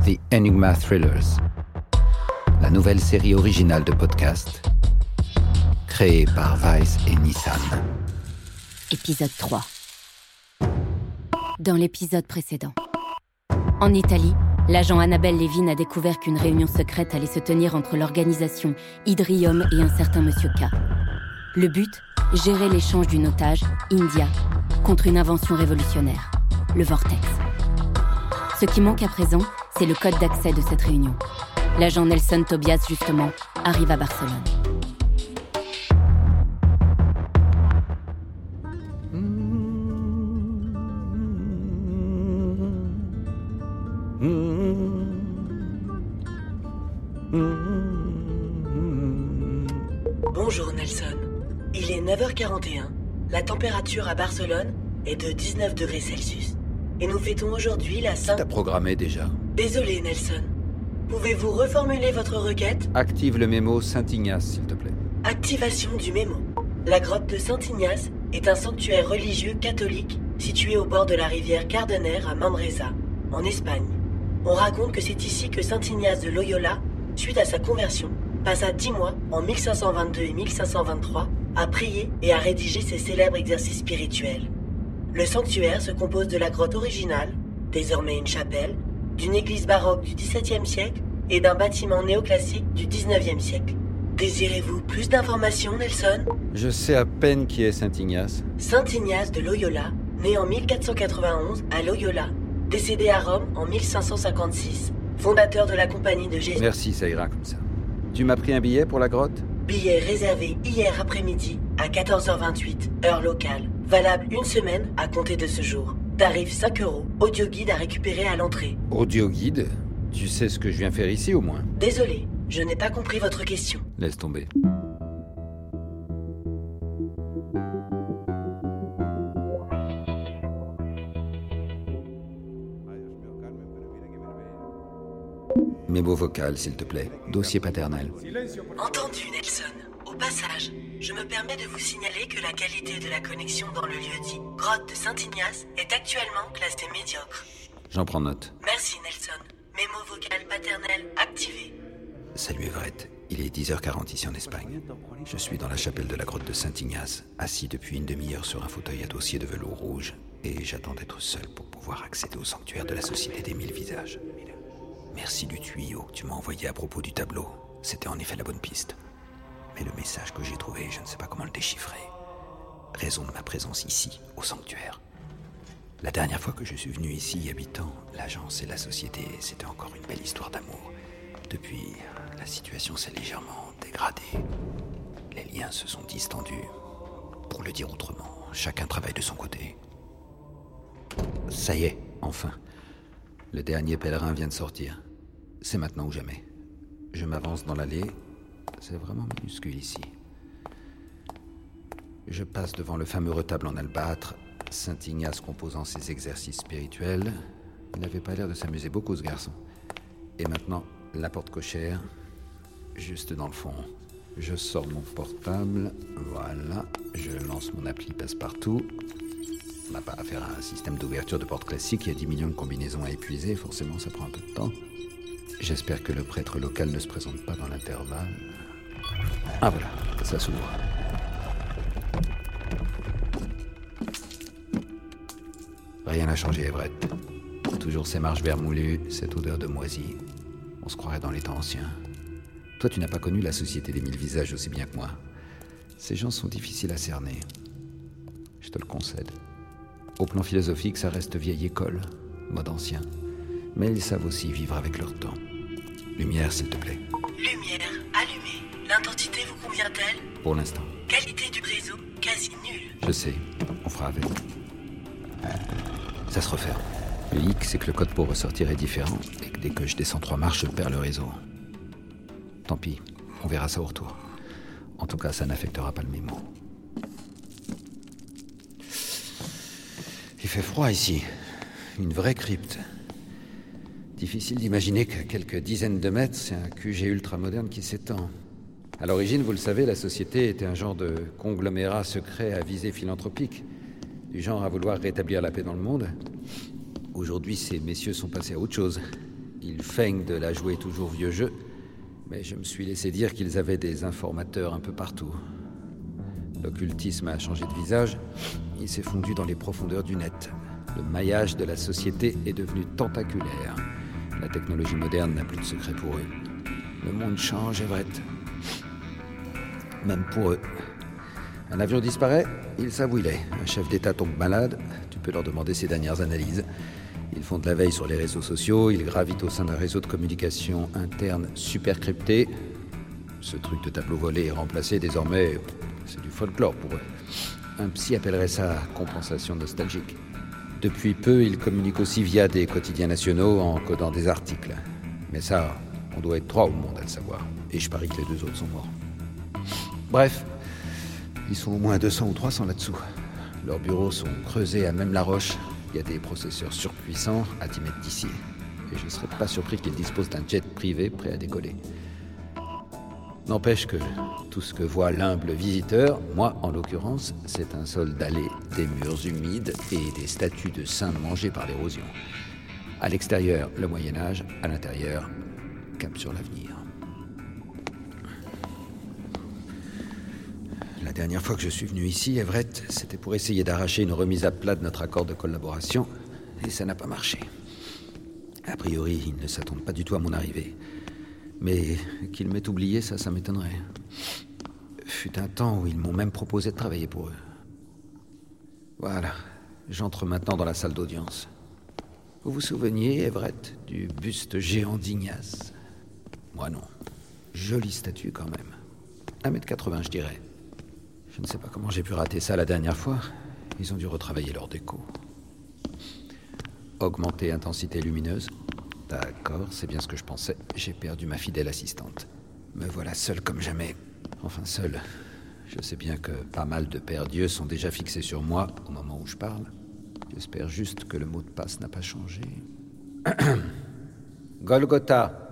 The Enigma Thrillers, la nouvelle série originale de podcast créée par Vice et Nissan. Épisode 3. Dans l'épisode précédent. En Italie, l'agent Annabelle Levin a découvert qu'une réunion secrète allait se tenir entre l'organisation Hydrium et un certain Monsieur K. Le but, gérer l'échange d'une otage, India, contre une invention révolutionnaire, le Vortex. Ce qui manque à présent, c'est le code d'accès de cette réunion. L'agent Nelson Tobias, justement, arrive à Barcelone. Bonjour Nelson, il est 9h41. La température à Barcelone est de 19 degrés Celsius. Et nous fêtons aujourd'hui la Saint... T'as programmé déjà. Désolé Nelson. Pouvez-vous reformuler votre requête ? Active le mémo Saint-Ignace, s'il te plaît. Activation du mémo. La grotte de Saint-Ignace est un sanctuaire religieux catholique situé au bord de la rivière Cardener à Manresa, en Espagne. On raconte que c'est ici que Saint-Ignace de Loyola, suite à sa conversion, passa 10 mois, en 1522 et 1523, à prier et à rédiger ses célèbres exercices spirituels. Le sanctuaire se compose de la grotte originale, désormais une chapelle, d'une église baroque du XVIIe siècle et d'un bâtiment néoclassique du XIXe siècle. Désirez-vous plus d'informations, Nelson ? Je sais à peine qui est Saint-Ignace. Saint-Ignace de Loyola, né en 1491 à Loyola, décédé à Rome en 1556, fondateur de la compagnie de Jésus. Merci, ça ira comme ça. Tu m'as pris un billet pour la grotte ? Billet réservé hier après-midi à 14h28, heure locale. Valable une semaine à compter de ce jour. Tarif 5 €. Audio guide à récupérer à l'entrée. Audio guide ? Tu sais ce que je viens faire ici au moins ? Désolé, je n'ai pas compris votre question. Laisse tomber. Mémo vocal, s'il te plaît. Dossier paternel. Entendu, Nelson. Au passage, je me permets de vous signaler que la qualité de la connexion dans le lieu dit grotte de Saint-Ignace est actuellement classée médiocre. J'en prends note. Merci, Nelson. Mémo vocal paternel activé. Salut Everett, il est 10h40 ici en Espagne. Je suis dans la chapelle de la grotte de Saint-Ignace, assis depuis une demi-heure sur un fauteuil à dossier de velours rouge, et j'attends d'être seul pour pouvoir accéder au sanctuaire de la Société des Mille Visages. Merci du tuyau que tu m'as envoyé à propos du tableau. C'était en effet la bonne piste. Mais le message que j'ai trouvé, je ne sais pas comment le déchiffrer. Raison de ma présence ici, au sanctuaire. La dernière fois que je suis venu ici, habitant l'agence et la société, c'était encore une belle histoire d'amour. Depuis, la situation s'est légèrement dégradée. Les liens se sont distendus. Pour le dire autrement, chacun travaille de son côté. Ça y est, enfin. Le dernier pèlerin vient de sortir. C'est maintenant ou jamais. Je m'avance dans l'allée. C'est vraiment minuscule ici. Je passe devant le fameux retable en albâtre, Saint-Ignace composant ses exercices spirituels. Il n'avait pas l'air de s'amuser beaucoup, ce garçon. Et maintenant, la porte cochère, juste dans le fond. Je sors mon portable, voilà. Je lance mon appli passe-partout. On n'a pas affaire à un système d'ouverture de porte classique, il y a 10 millions de combinaisons à épuiser, forcément ça prend un peu de temps. J'espère que le prêtre local ne se présente pas dans l'intervalle. Ah voilà, ça s'ouvre. Rien n'a changé, Everett. Toujours ces marches vermoulues, cette odeur de moisi. On se croirait dans les temps anciens. Toi, tu n'as pas connu la Société des Mille Visages aussi bien que moi. Ces gens sont difficiles à cerner. Je te le concède. Au plan philosophique, ça reste vieille école, mode ancien. Mais ils savent aussi vivre avec leur temps. Lumière, s'il te plaît. Lumière allumée. L'intensité vous convient-elle ? Pour l'instant. Qualité du réseau quasi nulle. Je sais, on fera avec. Ça se referme. Le hic, c'est que le code pour ressortir est différent et que dès que je descends 3 marches, je perds le réseau. Tant pis, on verra ça au retour. En tout cas, ça n'affectera pas le mémo. Il fait froid ici. Une vraie crypte. Difficile d'imaginer qu'à quelques dizaines de mètres, c'est un QG ultramoderne qui s'étend. À l'origine, vous le savez, la société était un genre de conglomérat secret à visée philanthropique, du genre à vouloir rétablir la paix dans le monde. Aujourd'hui, ces messieurs sont passés à autre chose. Ils feignent de la jouer toujours vieux jeu, mais je me suis laissé dire qu'ils avaient des informateurs un peu partout. L'occultisme a changé de visage, il s'est fondu dans les profondeurs du net. Le maillage de la société est devenu tentaculaire. La technologie moderne n'a plus de secret pour eux. Le monde change, Everett. Même pour eux. Un avion disparaît, ils savent où il est. Un chef d'État tombe malade, tu peux leur demander ses dernières analyses. Ils font de la veille sur les réseaux sociaux, ils gravitent au sein d'un réseau de communication interne super crypté. Ce truc de tableau volé est remplacé désormais, c'est du folklore pour eux. Un psy appellerait ça compensation nostalgique. Depuis peu, ils communiquent aussi via des quotidiens nationaux en codant des articles. Mais ça, on doit être 3 au monde à le savoir. Et je parie que les 2 autres sont morts. Bref, ils sont au moins 200 ou 300 là-dessous. Leurs bureaux sont creusés à même la roche. Il y a des processeurs surpuissants à 10 mètres d'ici. Et je ne serais pas surpris qu'ils disposent d'un jet privé prêt à décoller. N'empêche que tout ce que voit l'humble visiteur, moi en l'occurrence, c'est un sol dallé, des murs humides et des statues de saints mangés par l'érosion. À l'extérieur, le Moyen-Âge, à l'intérieur, cap sur l'avenir. La dernière fois que je suis venu ici, Everett, c'était pour essayer d'arracher une remise à plat de notre accord de collaboration, et ça n'a pas marché. A priori, ils ne s'attendent pas du tout à mon arrivée. Mais qu'ils m'aient oublié, ça m'étonnerait. Fut un temps où ils m'ont même proposé de travailler pour eux. Voilà, j'entre maintenant dans la salle d'audience. Vous vous souveniez, Everett, du buste géant d'Ignace? Moi non. Jolie statue quand même. 1m80, je dirais. Je ne sais pas comment j'ai pu rater ça la dernière fois. Ils ont dû retravailler leur déco. Augmenter intensité lumineuse. D'accord, c'est bien ce que je pensais. J'ai perdu ma fidèle assistante. Me voilà seul comme jamais. Enfin seul. Je sais bien que pas mal de pères dieux sont déjà fixés sur moi au moment où je parle. J'espère juste que le mot de passe n'a pas changé. Golgotha.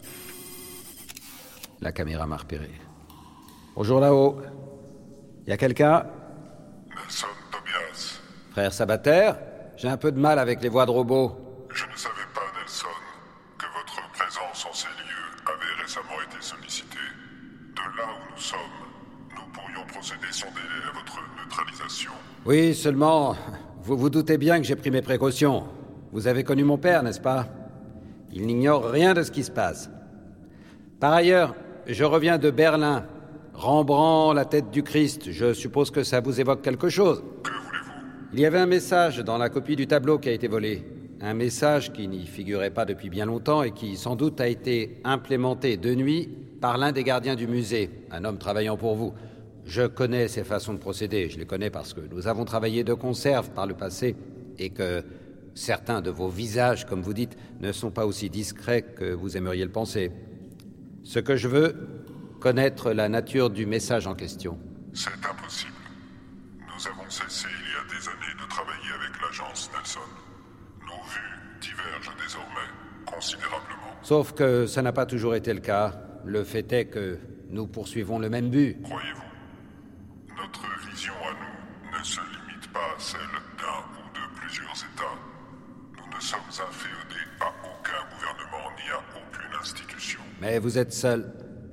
La caméra m'a repéré. Bonjour là-haut. Y a quelqu'un? Nelson Tobias. Frère Sabater, j'ai un peu de mal avec les voix de robots. Je ne savais pas, Nelson, que votre présence en ces lieux avait récemment été sollicitée. De là où nous sommes, nous pourrions procéder sans délai à votre neutralisation. Oui, seulement, vous vous doutez bien que j'ai pris mes précautions. Vous avez connu mon père, n'est-ce pas? Il n'ignore rien de ce qui se passe. Par ailleurs, je reviens de Berlin. Rembrandt, la tête du Christ, je suppose que ça vous évoque quelque chose. Que voulez-vous? Il y avait un message dans la copie du tableau qui a été volé. Un message qui n'y figurait pas depuis bien longtemps et qui, sans doute, a été implémenté de nuit par l'un des gardiens du musée, un homme travaillant pour vous. Je connais ses façons de procéder, je les connais parce que nous avons travaillé de conserve par le passé et que certains de vos visages, comme vous dites, ne sont pas aussi discrets que vous aimeriez le penser. Ce que je veux, connaître la nature du message en question. C'est impossible. Nous avons cessé il y a des années de travailler avec l'agence Nelson. Nos vues divergent désormais considérablement. Sauf que ça n'a pas toujours été le cas. Le fait est que nous poursuivons le même but. Croyez-vous? Notre vision à nous ne se limite pas à celle d'un ou de plusieurs États. Nous ne sommes inféodés à aucun gouvernement ni à aucune institution. Mais vous êtes seul.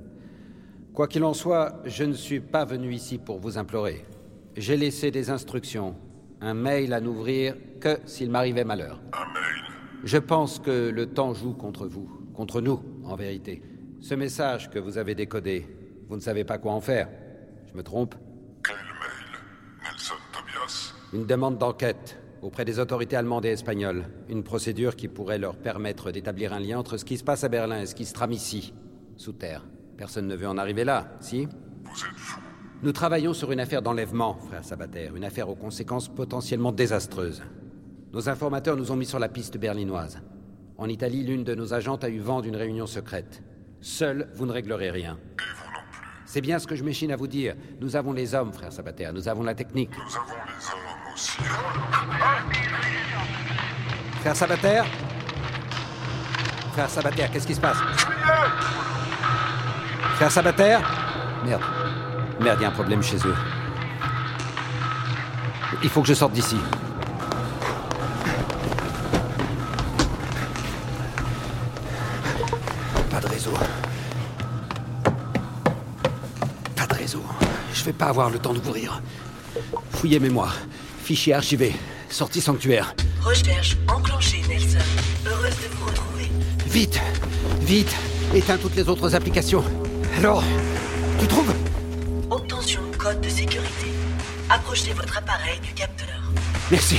Quoi qu'il en soit, je ne suis pas venu ici pour vous implorer. J'ai laissé des instructions, un mail à n'ouvrir que s'il m'arrivait malheur. Un mail? Je pense que le temps joue contre vous, contre nous, en vérité. Ce message que vous avez décodé, vous ne savez pas quoi en faire. Je me trompe? Quel mail, Nelson Tobias? Une demande d'enquête auprès des autorités allemandes et espagnoles. Une procédure qui pourrait leur permettre d'établir un lien entre ce qui se passe à Berlin et ce qui se trame ici, sous terre. Personne ne veut en arriver là, si? Vous êtes fou. Nous travaillons sur une affaire d'enlèvement, frère Sabater, une affaire aux conséquences potentiellement désastreuses. Nos informateurs nous ont mis sur la piste berlinoise. En Italie, l'une de nos agentes a eu vent d'une réunion secrète. Seul, vous ne réglerez rien. Et vous non plus. C'est bien ce que je m'échine à vous dire. Nous avons les hommes, frère Sabater, nous avons la technique. Nous avons les hommes aussi. Frère Sabater? Frère Sabater, qu'est-ce qui se passe? Frère Sabater? Merde. Merde, il y a un problème chez eux. Il faut que je sorte d'ici. réseau. Pas de réseau. Je vais pas avoir le temps d'ouvrir. Fouillez mémoire. Fichier archivé. Sortie sanctuaire. Recherche enclenchée, Nelson. Heureuse de vous retrouver. Vite! Vite! Éteins toutes les autres applications. Alors, tu trouves? Obtention code de sécurité. Approchez votre appareil du capteur. Merci.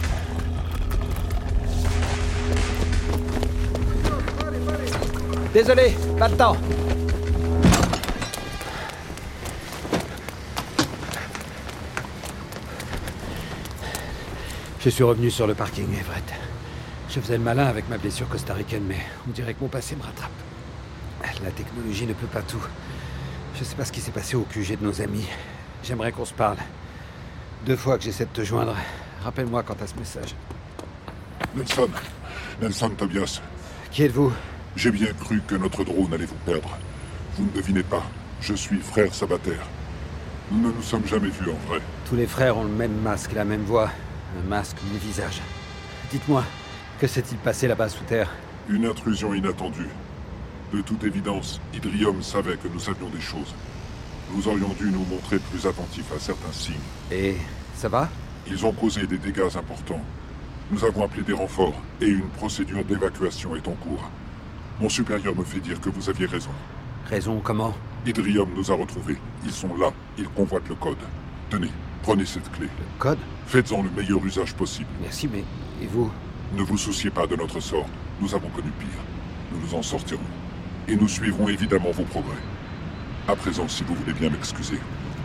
Désolé, pas le temps. Je suis revenu sur le parking, Everett. Je faisais le malin avec ma blessure costaricaine, mais on dirait que mon passé me rattrape. La technologie ne peut pas tout. Je sais pas ce qui s'est passé au QG de nos amis. J'aimerais qu'on se parle. 2 fois que j'essaie de te joindre. Rappelle-moi quant à ce message. Nelson Tobias. Qui êtes-vous? J'ai bien cru que notre drone allait vous perdre. Vous ne devinez pas, je suis frère Sabater. Nous ne nous sommes jamais vus en vrai. Tous les frères ont le même masque et la même voix. Un masque, mais visage. Dites-moi, que s'est-il passé là-bas sous terre? Une intrusion inattendue. De toute évidence, Idrium savait que nous savions des choses. Nous aurions dû nous montrer plus attentifs à certains signes. Et ça va? Ils ont causé des dégâts importants. Nous avons appelé des renforts et une procédure d'évacuation est en cours. Mon supérieur me fait dire que vous aviez raison. Raison comment? Idrium nous a retrouvés. Ils sont là. Ils convoitent le code. Tenez, prenez cette clé. Le code? Faites-en le meilleur usage possible. Merci, mais... Et vous? Ne vous souciez pas de notre sort. Nous avons connu pire. Nous nous en sortirons. Et nous suivrons évidemment vos progrès. À présent, si vous voulez bien m'excuser.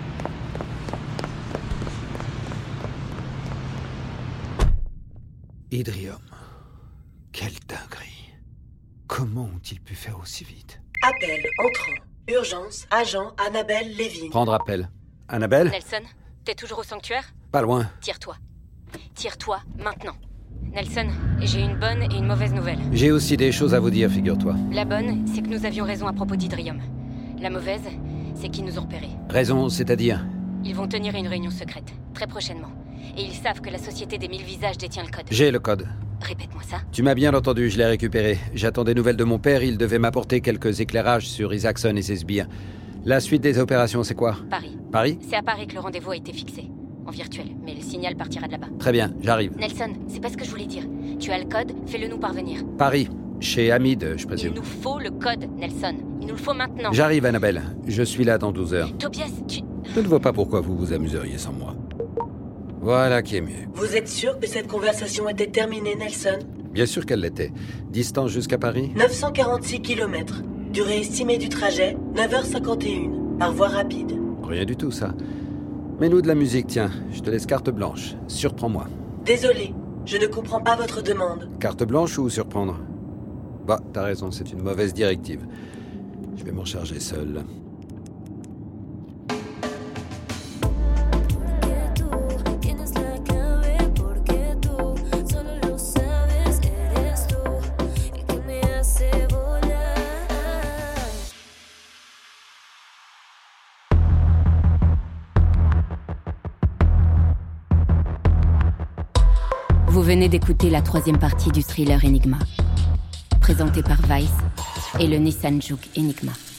Idrium. Quelle dinguerie. Comment ont-ils pu faire aussi vite? Appel entrant. Urgence, agent Annabelle Levin. Prendre appel. Annabelle? Nelson, t'es toujours au sanctuaire? Pas loin. Tire-toi. Tire-toi, maintenant. Nelson, j'ai une bonne et une mauvaise nouvelle. J'ai aussi des choses à vous dire, figure-toi. La bonne, c'est que nous avions raison à propos d'Idrium. La mauvaise, c'est qu'ils nous ont repérés. Raison, c'est-à-dire? Ils vont tenir une réunion secrète, très prochainement. Et ils savent que la Société des 1000 Visages détient le code. J'ai le code. Répète-moi ça. Tu m'as bien entendu, je l'ai récupéré. J'attends des nouvelles de mon père, il devait m'apporter quelques éclairages sur Isaacson et ses sbires. La suite des opérations, c'est quoi? Paris. Paris? C'est à Paris que le rendez-vous a été fixé. En virtuel, mais le signal partira de là-bas. Très bien, j'arrive. Nelson, c'est pas ce que je voulais dire. Tu as le code, fais-le nous parvenir. Paris. Chez Hamid, je présume. Il nous faut le code, Nelson. Il nous le faut maintenant. J'arrive, Annabelle. Je suis là dans 12 heures. Tobias, tu... Je ne vois pas pourquoi vous vous amuseriez sans moi. Voilà qui est mieux. Vous êtes sûr que cette conversation était terminée, Nelson? Bien sûr qu'elle l'était. Distance jusqu'à Paris? 946 km. Durée estimée du trajet, 9h51. Par voie rapide. Rien du tout, ça. Mets-nous de la musique, tiens. Je te laisse carte blanche. Surprends-moi. Désolé, je ne comprends pas votre demande. Carte blanche ou surprendre? Bah, t'as raison, c'est une mauvaise directive. Je vais m'en charger seul. Vous venez d'écouter la 3e partie du thriller Enigma, présenté par Vice et le Nissan Juke Enigma.